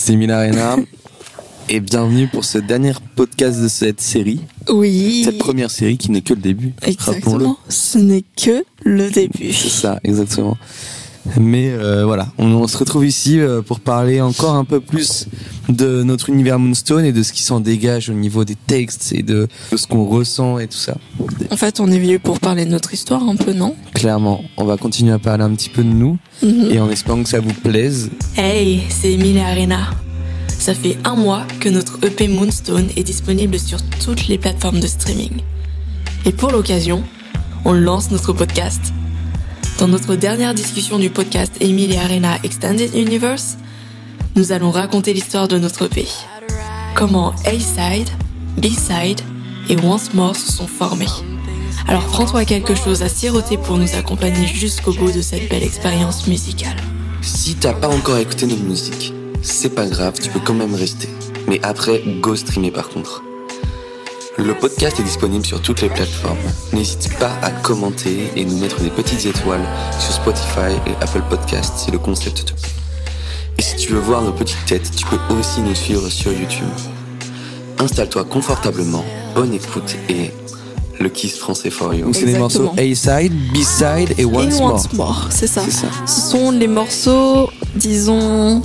c'est Emile Arena et bienvenue pour ce dernier podcast de cette série. Oui. Cette première série qui n'est que le début. Exactement. Ce n'est que le début. C'est ça, exactement. Mais voilà, on se retrouve ici pour parler encore un peu plus de notre univers Moonstone et de ce qui s'en dégage au niveau des textes et de ce qu'on ressent et tout ça. En fait, on est venu pour parler de notre histoire un peu, non ? Clairement, on va continuer à parler un petit peu de nous et en espérant que ça vous plaise. Hey, c'est Emile Arena. Ça fait 1 mois que notre EP Moonstone est disponible sur toutes les plateformes de streaming. Et pour l'occasion, on lance notre podcast. Dans notre dernière discussion du podcast Emile Arena Extended Universe, nous allons raconter l'histoire de notre EP. Comment A-Side, B-Side et Once More se sont formés. Alors prends-toi quelque chose à siroter pour nous accompagner jusqu'au bout de cette belle expérience musicale. Si t'as pas encore écouté notre musique, c'est pas grave, tu peux quand même rester. Mais après, go streamer par contre. Le podcast est disponible sur toutes les plateformes. N'hésite pas à commenter et nous mettre des petites étoiles sur Spotify et Apple Podcasts si le concept te plaît. Et si tu veux voir nos petites têtes, tu peux aussi nous suivre sur YouTube. Installe-toi confortablement, bonne écoute et le kiss français for you. Donc c'est les morceaux A-side, B-side et Once More. C'est ça. Ce sont les morceaux, disons,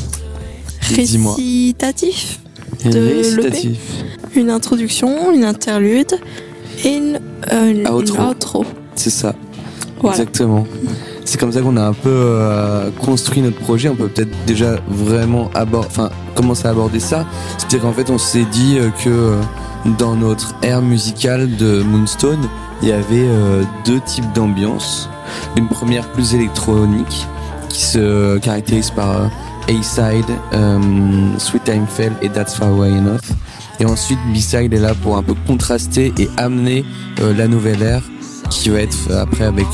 récitatifs de l'EP. Une introduction, une interlude et une outro. C'est ça, voilà. Exactement. C'est comme ça qu'on a un peu construit notre projet. On peut peut-être déjà vraiment commencer à aborder ça. C'est-à-dire qu'en fait, on s'est dit que dans notre ère musicale de Moonstone, il y avait 2 types d'ambiance. Une première plus électronique qui se caractérise par A-Side, Sweet Time Fell et That's Far Away Enough. Et ensuite, B-Side est là pour un peu contraster et amener la nouvelle ère qui va être après avec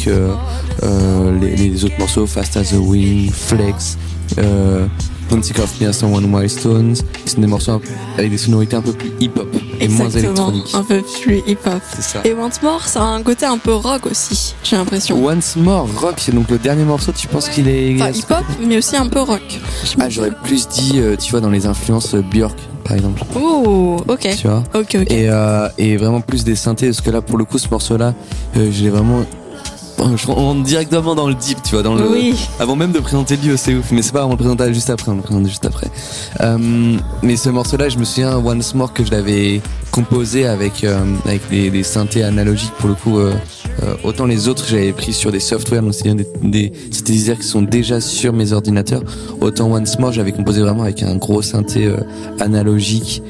les autres morceaux Fast as a Wind, Flex, Don't Think of Me as Someone Milestones. C'est des morceaux avec des sonorités un peu plus hip-hop et moins électroniques. Un peu plus hip-hop. C'est ça. Et Once More, ça a un côté un peu rock aussi, j'ai l'impression. Once More, rock, c'est donc le dernier morceau, tu penses qu'il est... Enfin, hip-hop, mais aussi un peu rock. Ah, j'aurais plus dit, tu vois, dans les influences Björk, par exemple. Oh, ok. Tu vois. Ok. Et vraiment plus des synthés, parce que là, pour le coup, ce morceau-là, je l'ai vraiment... Je rentre directement dans le deep, tu vois, dans le... Oui. Avant même de présenter le lieu, c'est ouf. Mais c'est pas, on le présente juste après, mais ce morceau-là, je me souviens, Once More, que je l'avais composé avec des synthés analogiques, pour le coup. Autant les autres, j'avais pris sur des softwares, donc c'est des synthétiseurs qui sont déjà sur mes ordinateurs. Autant Once More, j'avais composé vraiment avec un gros synthé analogique.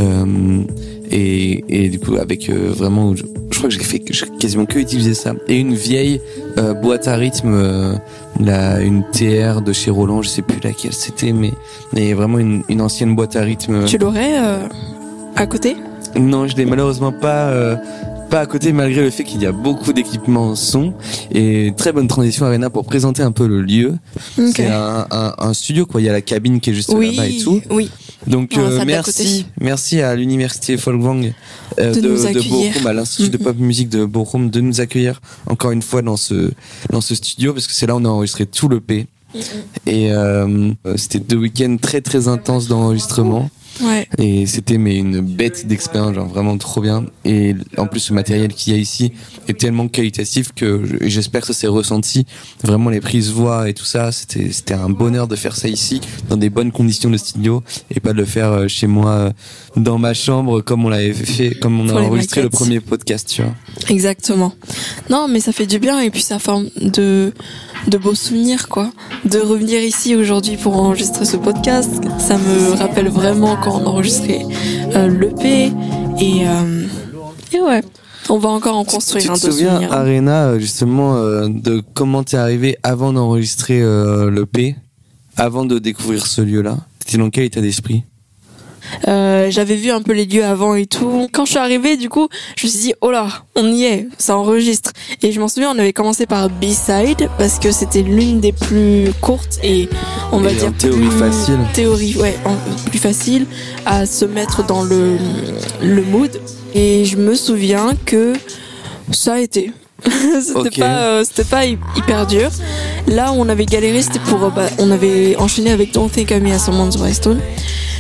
Et du coup avec vraiment je crois que j'ai quasiment que utiliser ça et une vieille boîte à rythme une TR de chez Roland, je sais plus laquelle c'était, mais vraiment une ancienne boîte à rythme. Tu l'aurais à côté? Non, je l'ai malheureusement pas à côté, malgré le fait qu'il y a beaucoup d'équipements son. Et très bonne transition, Arena, pour présenter un peu le lieu. Okay. C'est un studio, quoi. Il y a la cabine qui est juste là-bas et tout. Oui. Donc merci à l'université Folkwang de Bochum, à l'Institut de Pop Musique de Bochum, de nous accueillir encore une fois dans ce studio, parce que c'est là où on a enregistré tout l'EP. Et c'était 2 week-ends très très intenses d'enregistrement. Ouais. Et c'était une bête d'expérience, genre vraiment trop bien. Et en plus, le matériel qu'il y a ici est tellement qualitatif que j'espère que ça s'est ressenti. Vraiment, les prises voix et tout ça, c'était un bonheur de faire ça ici, dans des bonnes conditions de studio, et pas de le faire chez moi, dans ma chambre, comme on l'avait fait, comme on a enregistré le premier podcast, tu vois. Exactement. Non, mais ça fait du bien, et puis ça forme de beaux souvenirs, quoi. De revenir ici aujourd'hui pour enregistrer ce podcast, ça me rappelle vraiment quand on enregistrait l'EP, et ouais, on va encore en construire un de souvenirs. Tu te souviens, Arena, justement, de comment t'es arrivé avant d'enregistrer l'EP, avant de découvrir ce lieu-là? T'étais dans quel état d'esprit? J'avais vu un peu les lieux avant et tout. Quand je suis arrivée, du coup, je me suis dit, oh là, on y est, ça enregistre. Et je m'en souviens, on avait commencé par B-Side parce que c'était l'une des plus courtes et on va dire plus facile. Plus facile à se mettre dans le mood. Et je me souviens que ça a été. C'était pas hyper dur. Là où on avait galéré, c'était on avait enchaîné avec Don't Think of Me as Someone Milestone.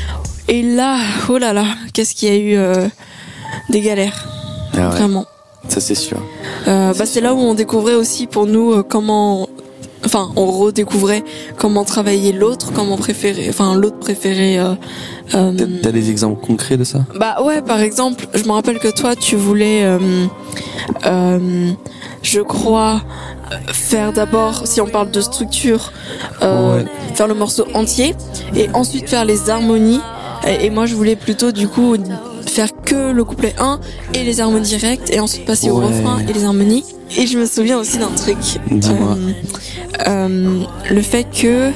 Et là, oh là là, qu'est-ce qu'il y a eu des galères, vraiment. Ça c'est sûr. C'est là où on découvrait aussi pour nous on redécouvrait comment travailler l'autre, l'autre préféré. T'as des exemples concrets de ça? Ouais, par exemple, je me rappelle que toi, tu voulais, je crois, faire d'abord, si on parle de structure, faire le morceau entier, et ensuite faire les harmonies. Et moi, je voulais plutôt, du coup, faire que le couplet 1 et les harmonies directes, et ensuite passer au refrain et les harmonies. Et je me souviens aussi d'un truc. Dis-moi. Le fait que...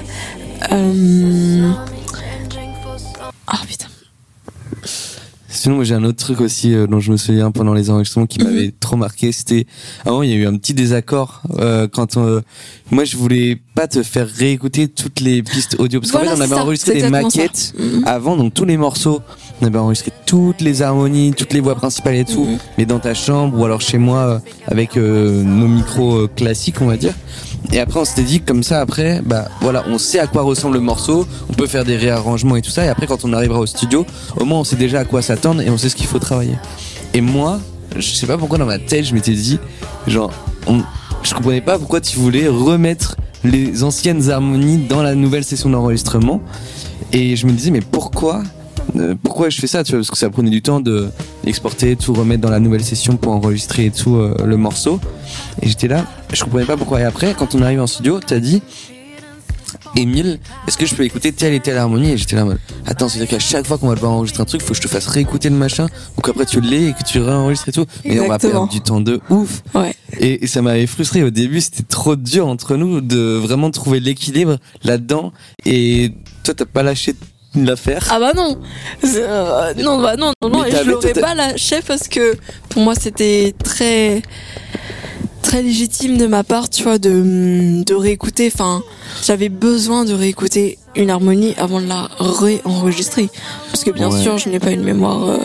putain. Sinon, moi, j'ai un autre truc aussi dont je me souviens pendant les enregistrements qui m'avait trop marqué. C'était, avant, il y a eu un petit désaccord quand moi, je voulais pas te faire réécouter toutes les pistes audio parce qu'en fait, on avait enregistré des maquettes avant, donc tous les morceaux, on avait enregistré toutes les harmonies, toutes les voix principales et tout, mais dans ta chambre ou alors chez moi avec nos micros classiques, on va dire. Et après, on s'était dit comme ça. Après, on sait à quoi ressemble le morceau, on peut faire des réarrangements et tout ça. Et après, quand on arrivera au studio, au moins, on sait déjà à quoi s'attendre et on sait ce qu'il faut travailler. Et moi, je sais pas pourquoi dans ma tête, je m'étais dit, je comprenais pas pourquoi tu voulais remettre les anciennes harmonies dans la nouvelle session d'enregistrement. Et je me disais, mais pourquoi je fais ça, tu vois, parce que ça prenait du temps de exporter, tout remettre dans la nouvelle session pour enregistrer et tout le morceau. Et j'étais là, je comprenais pas pourquoi. Et après, quand on arrive en studio, t'as dit, Émile, est-ce que je peux écouter telle et telle harmonie? Et j'étais là en mode, attends, c'est-à-dire qu'à chaque fois qu'on va devoir enregistrer un truc, faut que je te fasse réécouter le machin, ou qu'après tu l'aies et que tu réenregistres et tout. Mais on va perdre du temps de ouf. Ouais. Et ça m'avait frustré au début, c'était trop dur entre nous de vraiment trouver l'équilibre là-dedans. Et toi, t'as pas lâché l'affaire. Ah bah non. Non, et je l'aurais pas lâché parce que pour moi c'était très très légitime de ma part, tu vois, de réécouter. Enfin, j'avais besoin de réécouter une harmonie avant de la réenregistrer parce que bien sûr, je n'ai pas une mémoire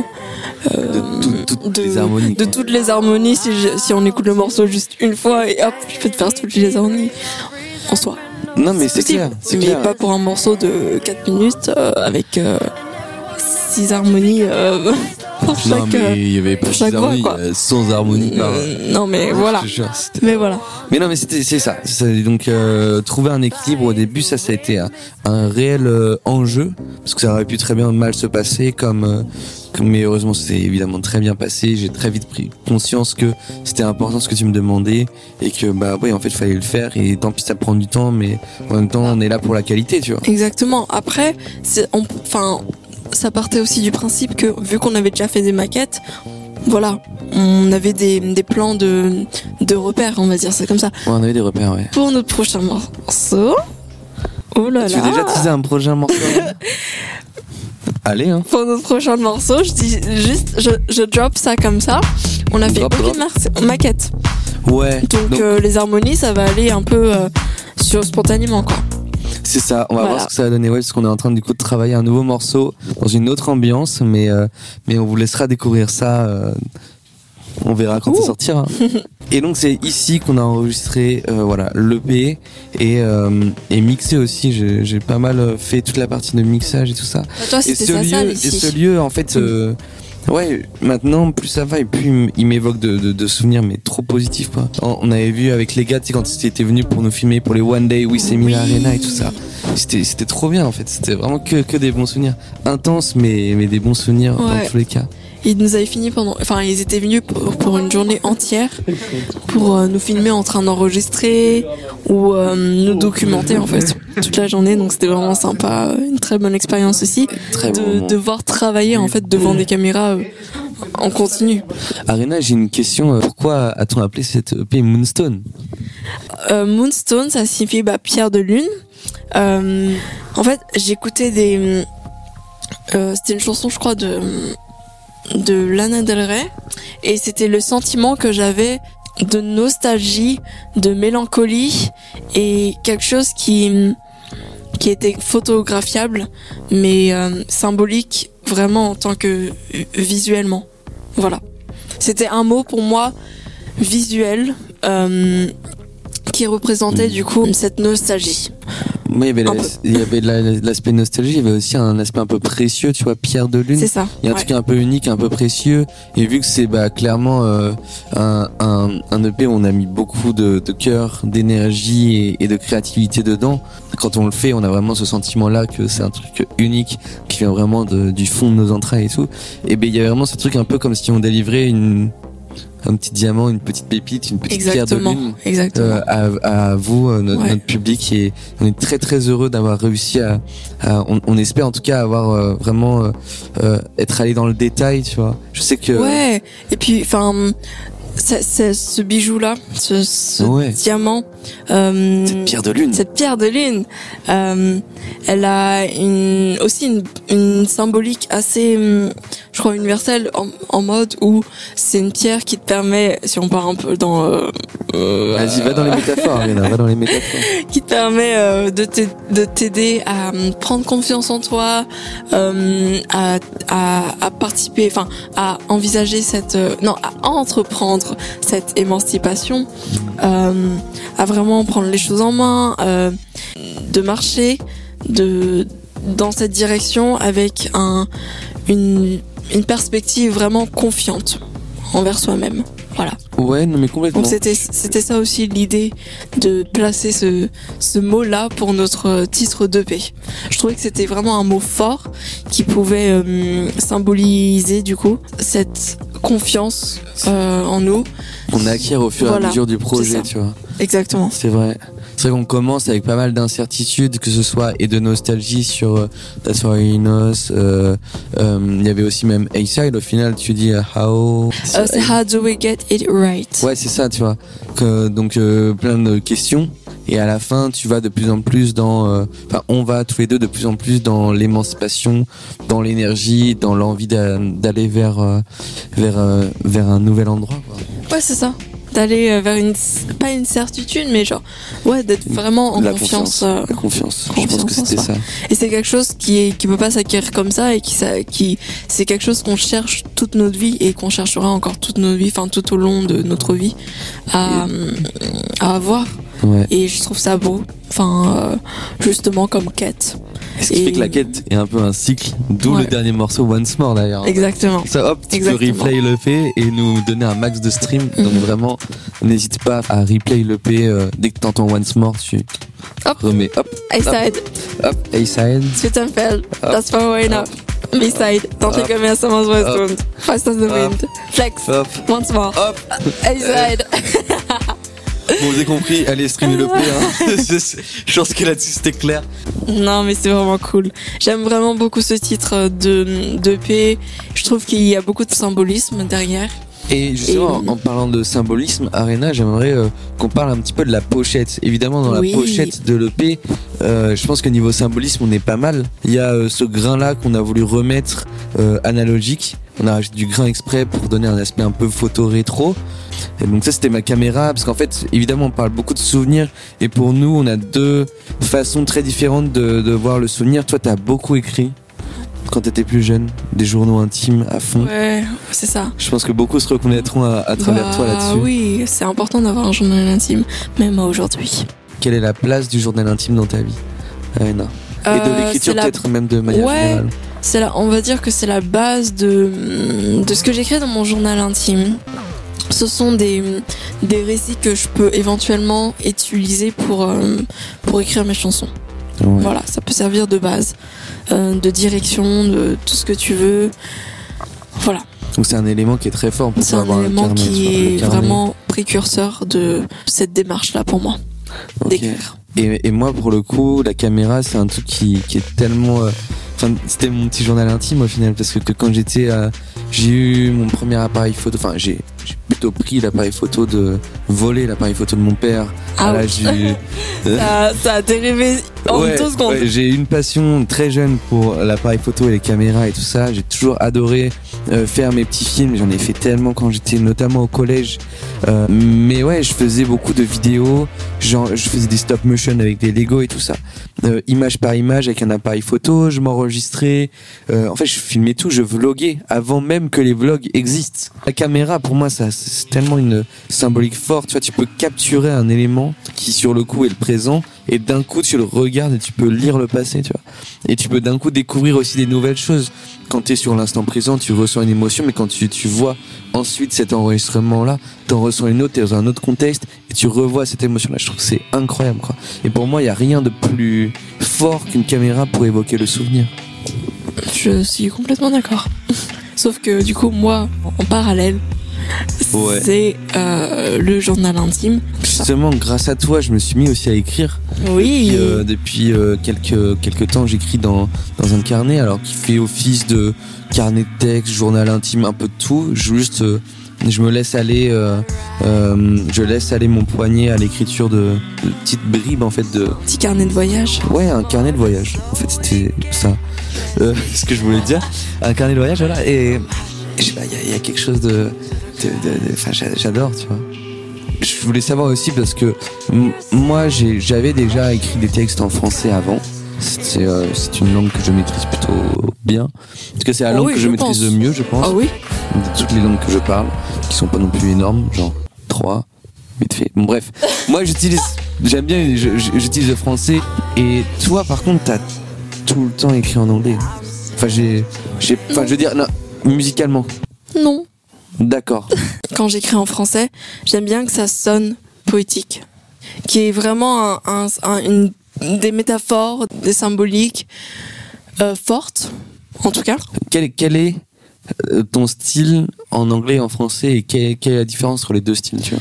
de toutes les harmonies si on écoute le morceau juste une fois et hop, je peux te faire toutes les harmonies en soi. Non mais c'est clair, mais pas pour un morceau de 4 minutes avec 6 harmonies pour chaque. Non mais il y avait pas 6 harmonies, 100 harmonies par. Non mais voilà. Mais voilà. Mais non mais c'est ça. Donc trouver un équilibre au début, ça a été un réel enjeu parce que ça aurait pu très bien mal se passer mais heureusement c'est évidemment très bien passé. J'ai très vite pris conscience que c'était important ce que tu me demandais et que en fait il fallait le faire et tant pis ça prend du temps mais en même temps on est là pour la qualité, tu vois. Exactement. Après ça partait aussi du principe que vu qu'on avait déjà fait des maquettes, voilà, on avait des plans de repères, on va dire ça comme ça. Ouais, on avait des repères, ouais. Pour notre prochain morceau. Oh là là. Tu veux déjà teaser un prochain morceau? Allez, hein. Pour notre prochain morceau, je dis juste, je drop ça comme ça. On a fait aucune maquette. Ouais. Donc les harmonies, ça va aller un peu spontanément, quoi. C'est ça, on va voir ce que ça va donner, parce qu'on est en train du coup de travailler un nouveau morceau dans une autre ambiance, mais on vous laissera découvrir ça, on verra quand ça sortira. Et donc c'est ici qu'on a enregistré l'EP et mixé aussi, j'ai pas mal fait toute la partie de mixage et tout ça. Toi, c'était et ce lieu en fait... maintenant plus ça va et plus il m'évoque de souvenirs mais trop positifs quoi. On avait vu avec les gars quand ils étaient venus pour nous filmer pour les One Day with Emile Arena et tout ça. C'était trop bien en fait, c'était vraiment que des bons souvenirs. Intenses mais des bons souvenirs dans tous les cas. Ils nous avaient ils étaient venus pour une journée entière pour nous filmer en train d'enregistrer ou nous documenter en fait toute la journée, donc c'était vraiment sympa, une très bonne expérience aussi de voir travailler en fait devant des caméras en continu. Arena, j'ai une question, pourquoi a-t-on appelé cette EP Moonstone? Moonstone, ça signifie pierre de lune. En fait, j'écoutais c'était une chanson je crois de Lana Del Rey et c'était le sentiment que j'avais de nostalgie, de mélancolie et quelque chose qui était photographiable mais symbolique vraiment en tant que visuellement. Voilà. C'était un mot pour moi visuel qui représentait du coup cette nostalgie. Moi, il y avait l'aspect nostalgie, il y avait aussi un aspect un peu précieux, tu vois, pierre de lune. C'est ça. Il y a un truc un peu unique, un peu précieux. Et vu que c'est clairement un EP où on a mis beaucoup de cœur, d'énergie et de créativité dedans, quand on le fait, on a vraiment ce sentiment-là que c'est un truc unique, qui vient vraiment du fond de nos entrailles et tout. Et il y a vraiment ce truc un peu comme si on délivrait un petit diamant, une petite pépite, une petite pierre de lune à vous, notre public, et on est très très heureux d'avoir réussi on espère en tout cas avoir vraiment être allé dans le détail, tu vois. Je sais que et puis enfin c'est ce bijou là, ce diamant, cette pierre de lune, elle a aussi une symbolique assez, je crois, universelle, en mode où c'est une pierre qui te permet, si on part un peu dans vas-y, va dans les métaphores, Arena, va dans les métaphores, qui te permet de t'aider à prendre confiance en toi, à participer, enfin à envisager à entreprendre cette émancipation, à vraiment prendre les choses en main, de marcher dans cette direction avec une perspective vraiment confiante envers soi-même. Voilà. Ouais, non mais complètement. Donc c'était ça aussi l'idée de placer ce mot-là pour notre titre d'EP. Je trouvais que c'était vraiment un mot fort qui pouvait symboliser du coup cette confiance en nous. On acquiert au fur et à mesure du projet, tu vois. Exactement. C'est vrai. C'est vrai qu'on commence avec pas mal d'incertitudes, que ce soit et de nostalgie sur That's Why We Know Us. Il y avait aussi même A-Side. Au final, tu dis how do we get it right? Ouais, c'est ça, tu vois. Donc plein de questions. Et à la fin, tu vas de plus en plus on va tous les deux de plus en plus dans l'émancipation, dans l'énergie, dans l'envie d'aller vers un nouvel endroit, quoi. Ouais, c'est ça. D'aller vers pas une certitude, mais genre d'être vraiment en confiance. La confiance. Je pense que c'était ça. Et c'est quelque chose qui peut pas s'acquérir comme ça, et qui c'est quelque chose qu'on cherche toute notre vie et qu'on cherchera encore toute notre vie, enfin tout au long de notre vie à avoir. Ouais. Et je trouve ça beau, justement comme quête. Ce qui fait que la quête est un peu un cycle, d'où le dernier morceau Once More d'ailleurs. Exactement. Ça, hop, tu peux replay l'EP et nous donner un max de stream. Donc vraiment, n'hésite pas à replay l'EP dès que t'entends Once More, tu remets hop. A-side. Hop, A-side. Sweetenfeld, That's Far Away Now. B-side, Don't Think of Me as Someone's Westwood. Fast as the Wind. Flex. Once More. Hop. A-side. Bon, vous avez compris, allez streamer le P. Je pense que là-dessus c'était clair. Non, mais c'est vraiment cool. J'aime vraiment beaucoup ce titre de P. Je trouve qu'il y a beaucoup de symbolisme derrière. Et justement, en parlant de symbolisme, Arena, j'aimerais qu'on parle un petit peu de la pochette. Évidemment, dans la pochette de l'EP, je pense que niveau symbolisme, on est pas mal. Il y a ce grain-là qu'on a voulu remettre analogique. On a rajouté du grain exprès pour donner un aspect un peu photo rétro. Et donc ça, c'était ma caméra, parce qu'en fait, évidemment, on parle beaucoup de souvenirs, et pour nous, on a deux façons très différentes de voir le souvenir. Toi, t'as beaucoup écrit quand t'étais plus jeune, des journaux intimes à fond. Ouais, c'est ça. Je pense que beaucoup se reconnaîtront à travers toi là-dessus. Oui, c'est important d'avoir un journal intime, même aujourd'hui. Quelle est la place du journal intime dans ta vie, Arena ? Et de l'écriture peut-être même de manière générale. On va dire que c'est la base de ce que j'écris dans mon journal intime. Ce sont des récits que je peux éventuellement utiliser pour écrire mes chansons. Ouais. Voilà, ça peut servir de base, de direction, de tout ce que tu veux. Voilà. Donc c'est un élément qui est très fort pour avoir un carnet. C'est un élément qui est vraiment précurseur de cette démarche-là pour moi, d'écrire. Et moi, pour le coup, la caméra, c'est un truc qui est tellement... c'était mon petit journal intime au final, parce que quand j'ai eu mon premier appareil photo, j'ai plutôt pris l'appareil photo volé l'appareil photo de mon père à l'âge ça a dérivé en 2 secondes. Ouais, j'ai une passion très jeune pour l'appareil photo et les caméras et tout ça. J'ai toujours adoré faire mes petits films. J'en ai fait tellement quand j'étais notamment au collège. Mais ouais, je faisais beaucoup de vidéos. Genre, je faisais des stop motion avec des Lego et tout ça. Image par image avec un appareil photo. Je m'enregistrais. En fait, je filmais tout. Je vloguais avant même que les vlogs existent. La caméra, pour moi, ça, c'est tellement une symbolique forte. Tu vois, tu peux capturer un élément qui, sur le coup, est le présent et d'un coup tu le regardes et tu peux lire le passé, tu vois. Et tu peux d'un coup découvrir aussi des nouvelles choses. Quand t'es sur l'instant présent, tu ressens une émotion, mais quand tu vois ensuite cet enregistrement-là, t'en ressens une autre, t'es dans un autre contexte, et tu revois cette émotion-là. Je trouve que c'est incroyable, quoi. Et pour moi, il y a rien de plus fort qu'une caméra pour évoquer le souvenir. Je suis complètement d'accord. Sauf que du coup, moi, en parallèle, c'est le journal intime. Justement, grâce à toi, je me suis mis aussi à écrire. Oui. Depuis quelques temps, j'écris dans un carnet, alors qui fait office de carnet de texte, journal intime, un peu de tout. Juste, je me laisse aller, je laisse aller mon poignet à l'écriture de petites bribes en fait de. Petit carnet de voyage. Ouais, un carnet de voyage. En fait, c'était ça. Ce que je voulais dire, un carnet de voyage, voilà. Et je sais pas, il y a quelque chose de, enfin, j'adore, tu vois. Je voulais savoir aussi parce que moi, j'avais déjà écrit des textes en français avant. C'est une langue que je maîtrise plutôt bien. Parce que c'est la langue que je maîtrise le mieux, je pense. Ah oui. De toutes les langues que je parle, qui sont pas non plus énormes, genre 3, vite fait. Bon, bref. Moi, j'aime bien, j'utilise le français. Et toi, par contre, t'as tout le temps écrit en anglais. Enfin, je veux dire, non, musicalement. Non. D'accord. Quand j'écris en français, j'aime bien que ça sonne poétique. Qui est vraiment des métaphores, des symboliques fortes, en tout cas. Quel est ton style en anglais et en français, et quelle est la différence entre les deux styles, tu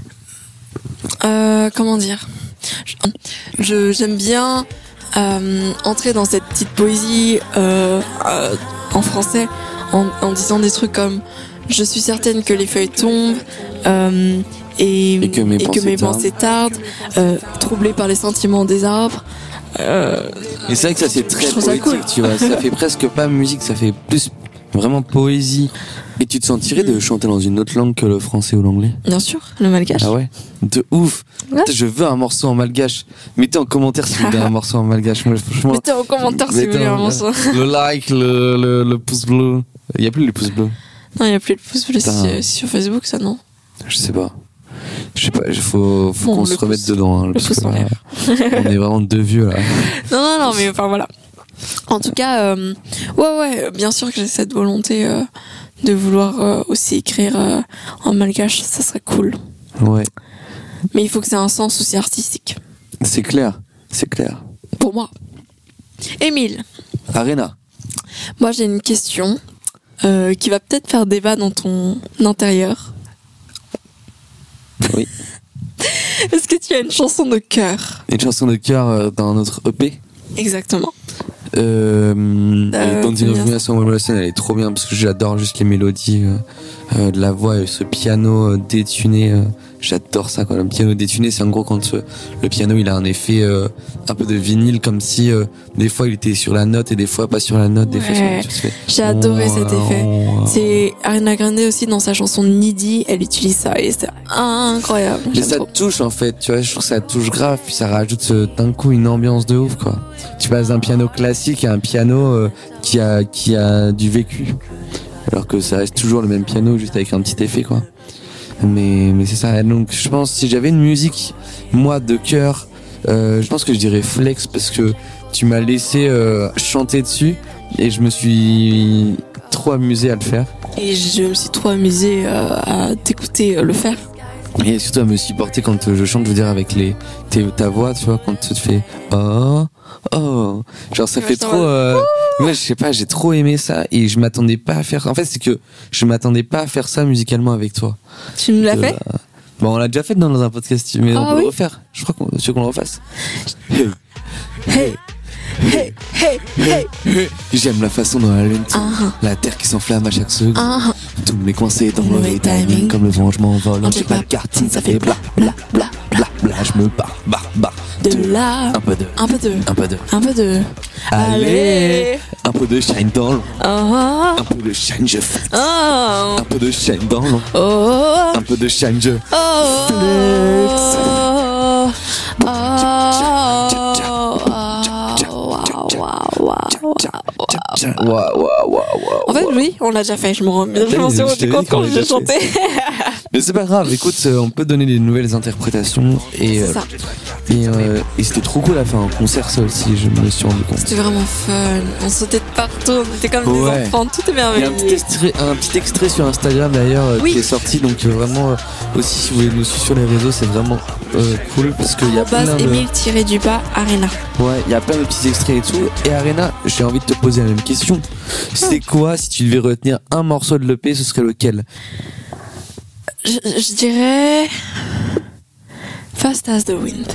vois? Comment dire? J'aime bien entrer dans cette petite poésie en français en disant des trucs comme je suis certaine que les feuilles tombent et que mes pensées tardent, troublées par les sentiments des arbres. Et c'est vrai que ça c'est très poétique, cool. Tu vois, ça fait presque pas musique, ça fait plus vraiment poésie. Et tu te sentirais de chanter dans une autre langue que le français ou l'anglais? Bien sûr, le malgache. Ah ouais? De ouf! Ouais. Je veux un morceau en malgache. Mettez en commentaire si vous voulez un morceau en malgache. Moi, franchement. Mettez en commentaire si vous voulez un morceau. Le like, le pouce bleu. Il y a plus les pouces bleus. Non, il n'y a plus le pouce bleu sur Facebook, ça, non? Je sais pas, il faut qu'on se remette dedans. Hein, le pouce en l'air. On est vraiment deux vieux, là. Non, mais enfin, voilà. En tout cas, ouais, bien sûr que j'ai cette volonté de vouloir aussi écrire en malgache, ça serait cool. Ouais. Mais il faut que ça ait un sens aussi artistique. C'est clair. Pour moi. Émile. Arena. Moi, j'ai une question qui va peut-être faire débat dans ton intérieur. Oui. Est-ce que tu as une chanson de cœur? Une chanson de cœur dans notre EP? Exactement. Dans une relation, elle est trop bien parce que j'adore juste les mélodies de la voix et ce piano détuné. J'adore ça, quoi. Le piano détuné, c'est en gros quand le piano il a un effet un peu de vinyle, comme si des fois il était sur la note et des fois pas sur la note. Des fois, j'ai adoré cet effet. C'est Ariana Grande aussi dans sa chanson Needy, elle utilise ça et c'est incroyable. Mais ça te touche en fait, tu vois, je trouve que ça touche grave, puis ça rajoute d'un coup une ambiance de ouf, quoi. Tu passes d'un piano classique à un piano qui a du vécu, alors que ça reste toujours le même piano, juste avec un petit effet, quoi. Mais c'est ça. Donc je pense si j'avais une musique moi de cœur, je pense que je dirais Flex, parce que tu m'as laissé chanter dessus et je me suis trop amusé à le faire. Et je me suis trop amusé à t'écouter le faire. Et surtout à me supporter quand je chante, je veux dire, avec ta voix, tu vois, quand tu te fais oh, genre ça fait trop moi je sais pas, j'ai trop aimé ça et je m'attendais pas à faire ça. En fait, c'est que je m'attendais pas à faire ça musicalement avec toi. Tu nous l'as fait? Bon, on l'a déjà fait dans un podcast, mais on peut le refaire. Je crois tu veux qu'on le refasse. Hey. J'aime la façon dont la lune tourne, la terre qui s'enflamme à chaque seconde, tous mes coincés dans le mauvais timing, comme le vent je m'envole, j'ai pas de cartine, ça fait bla bla bla bla bla, je me barre de là, un peu de allez, un peu de shine dans l'ombre, un peu de shine je flex, un peu de shine dans l'ombre, un peu de shine je flex. En fait, oui, on l'a déjà fait. Je m'en suis rendu compte quand je chantais. Mais c'est pas grave. Écoute, on peut donner des nouvelles interprétations et Et c'était trop cool à faire un concert ça aussi, je me suis rendu compte. C'était vraiment fun, on sautait de partout, on était comme des enfants, tout est merveilleux. Il y a un petit extrait sur Instagram d'ailleurs qui est sorti, donc vraiment aussi si vous voulez nous suivre sur les réseaux, c'est vraiment cool parce qu'il y a plein de... Emile-Arena. Ouais, il y a plein de petits extraits et tout. Et Arena, j'ai envie de te poser la même question. C'est quoi, si tu devais retenir un morceau de l'EP, ce serait lequel? Je dirais Fast as the Wind.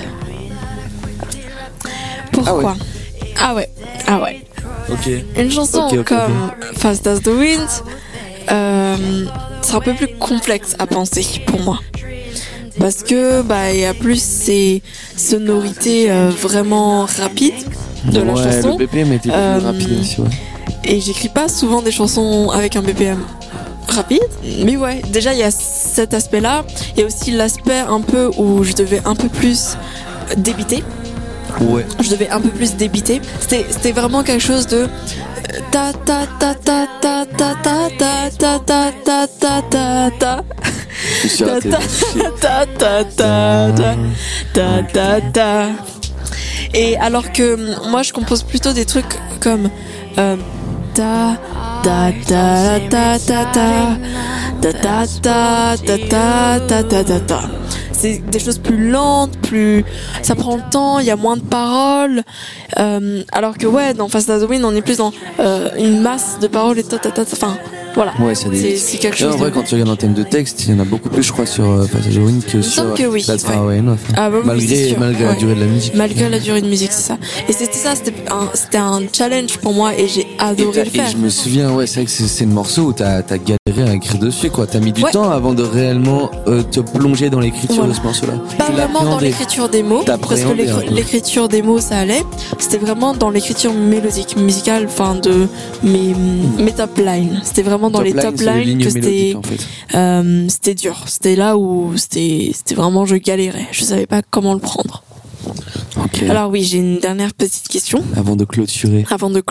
Pourquoi? Ah ouais. Ok. Une chanson comme Fast as the Wind, c'est un peu plus complexe à penser pour moi. Parce que il y a plus ces sonorités vraiment rapides de la chanson. Le BPM était plus rapide aussi, ouais. Et j'écris pas souvent des chansons avec un BPM rapide, mais ouais, déjà il y a cet aspect-là. Il y a aussi l'aspect un peu où je devais un peu plus débiter. Ouais. Je devais un peu plus débiter. C'était vraiment quelque chose de ta ta ta ta ta ta ta ta ta ta ta ta ta ta. Je suis raté. Ta ta ta ta ta ta. Et alors que moi je compose plutôt des trucs comme ta ta ta ta ta ta ta ta ta ta ta ta ta. C'est des choses plus lentes, ça prend le temps, il y a moins de paroles. Alors que dans Fast as the Wind, on est plus dans une masse de paroles et enfin voilà. Ouais, c'est quelque chose. En vrai, quand tu regardes en termes de texte, il y en a beaucoup plus, je crois, sur Fast as the Wind que sur. Que oui. Malgré la durée de la musique. Malgré la durée de musique, c'est ça. Et c'était un challenge pour moi et j'ai adoré le faire. Et je me souviens, c'est vrai que c'est le morceau où t'as galéré à écrire dessus, quoi. T'as mis du temps avant de réellement te plonger dans l'écriture de ce morceau-là. Pas vraiment dans l'écriture des mots, parce que l'écriture des mots ça allait. C'était vraiment dans l'écriture mélodique, musicale, enfin de mes top lines. C'était vraiment dans les top lines que c'était en fait. C'était dur. C'était là où c'était vraiment je galérais. Je savais pas comment le prendre. Okay. Alors oui, j'ai une dernière petite question. Avant de clôturer.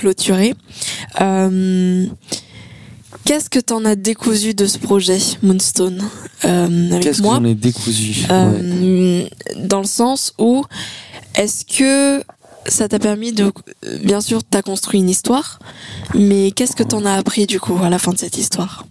Qu'est-ce que t'en as décousu de ce projet Moonstone avec Qu'est-ce moi? que j'en ai décousu Dans le sens où est-ce que ça t'a permis de... Bien sûr, t'as construit une histoire, mais qu'est-ce que t'en as appris du coup à la fin de cette histoire?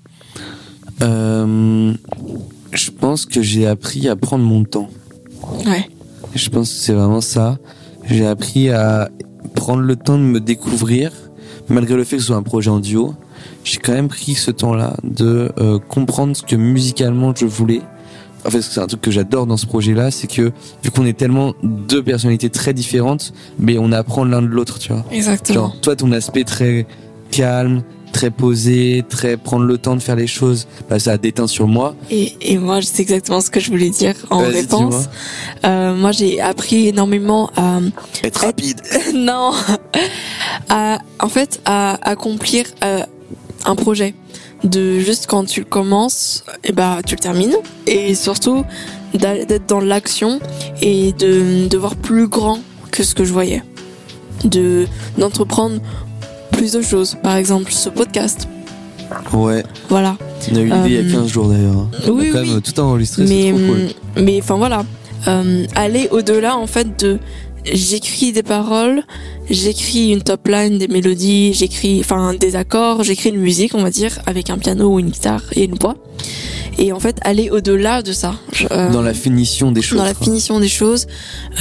Je pense que j'ai appris à prendre mon temps. Ouais. Je pense que c'est vraiment ça. J'ai appris à prendre le temps de me découvrir, malgré le fait que ce soit un projet en duo. J'ai quand même pris ce temps-là de comprendre ce que musicalement je voulais. En fait, c'est un truc que j'adore dans ce projet-là, c'est que vu qu'on est tellement deux personnalités très différentes, mais on apprend l'un de l'autre, tu vois. Exactement. Genre, toi, ton aspect très calme, très posé, très prendre le temps de faire les choses, ça a déteint sur moi. Et moi, c'est exactement ce que je voulais dire en réponse. Moi, j'ai appris énormément à être rapide. Non, à accomplir un projet. De juste quand tu le commences, tu le termines. Et surtout, d'être dans l'action et de voir plus grand que ce que je voyais. D'entreprendre plus de choses. Par exemple, ce podcast. Ouais. Voilà. On a eu l'idée il y a 15 jours d'ailleurs. On a quand même tout enregistré, c'est trop cool. Mais enfin voilà. Aller au-delà en fait de... J'écris des paroles, j'écris une top line, des mélodies, j'écris des accords, j'écris une musique, on va dire, avec un piano ou une guitare et une voix. Et en fait, aller au-delà de ça. Dans la finition des choses. Dans la finition des choses,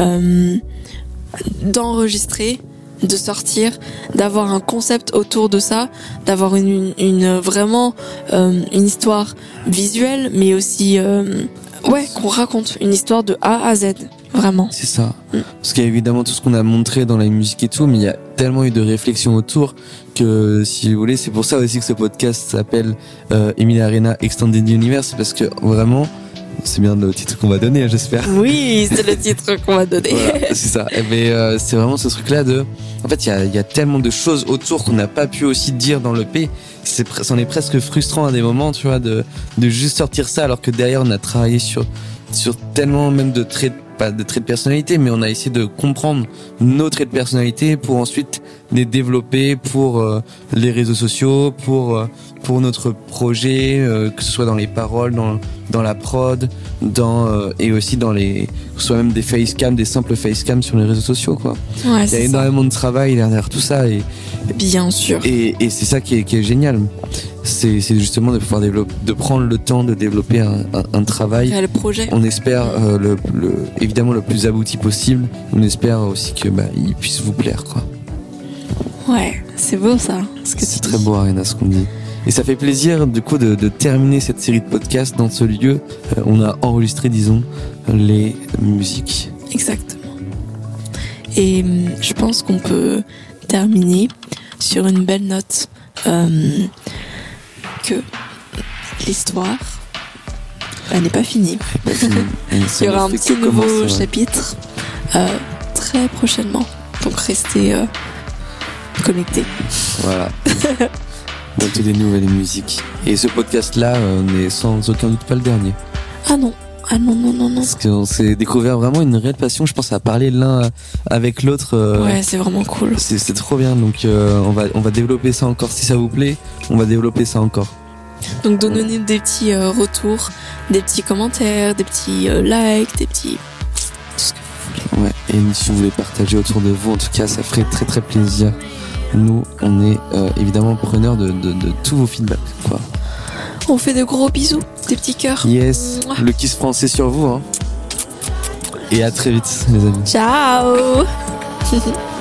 d'enregistrer, de sortir, d'avoir un concept autour de ça, d'avoir vraiment une histoire visuelle, mais aussi qu'on raconte une histoire de A à Z. Vraiment. C'est ça. Parce qu'il y a évidemment tout ce qu'on a montré dans la musique et tout, mais il y a tellement eu de réflexions autour que, si vous voulez, c'est pour ça aussi que ce podcast s'appelle Emile-Arena Extended Universe, parce que vraiment, c'est bien le titre qu'on va donner, j'espère. Oui, c'est le titre qu'on va donner. Voilà, c'est ça. Mais c'est vraiment ce truc-là de... En fait, il y a tellement de choses autour qu'on n'a pas pu aussi dire dans l'EP. C'en est presque frustrant à des moments, tu vois, de juste sortir ça, alors que derrière, on a travaillé sur tellement même pas de traits de personnalité, mais on a essayé de comprendre nos traits de personnalité pour ensuite les développer pour les réseaux sociaux, pour notre projet, que ce soit dans les paroles, dans la prod, et aussi dans que ce soit même des facecams, des simples facecams sur les réseaux sociaux, quoi. Ouais, il y a énormément de travail derrière tout ça bien sûr. Et c'est ça qui est génial. C'est justement de pouvoir de prendre le temps de développer un travail. Le projet. On espère évidemment le plus abouti possible. On espère aussi que il puisse vous plaire, quoi. Ouais, c'est beau ça. C'est très beau, Arena, ce qu'on dit. Et ça fait plaisir du coup de terminer cette série de podcasts dans ce lieu. On a enregistré, disons, les musiques. Exactement. Et je pense qu'on peut terminer sur une belle note, que l'histoire n'est pas finie. Il y aura un petit nouveau chapitre très prochainement. Donc restez connectés. Voilà. Bientôt des nouvelles musiques. Et ce podcast-là n'est sans aucun doute pas le dernier. Ah non. Parce qu'on s'est découvert vraiment une réelle passion, je pense, à parler l'un avec l'autre. Ouais, c'est vraiment cool. C'est trop bien, donc on va développer ça encore. Si ça vous plaît, on va développer ça encore. Donc donnez-nous des petits retours, des petits commentaires, des petits likes, des petits... tout ce que vous voulez. Ouais, et si vous voulez partager autour de vous, en tout cas, ça ferait très très plaisir. Nous, on est évidemment preneurs de tous vos feedbacks, quoi. On fait de gros bisous, des petits cœurs. Yes, le kiss français sur vous, hein. Et à très vite, les amis. Ciao.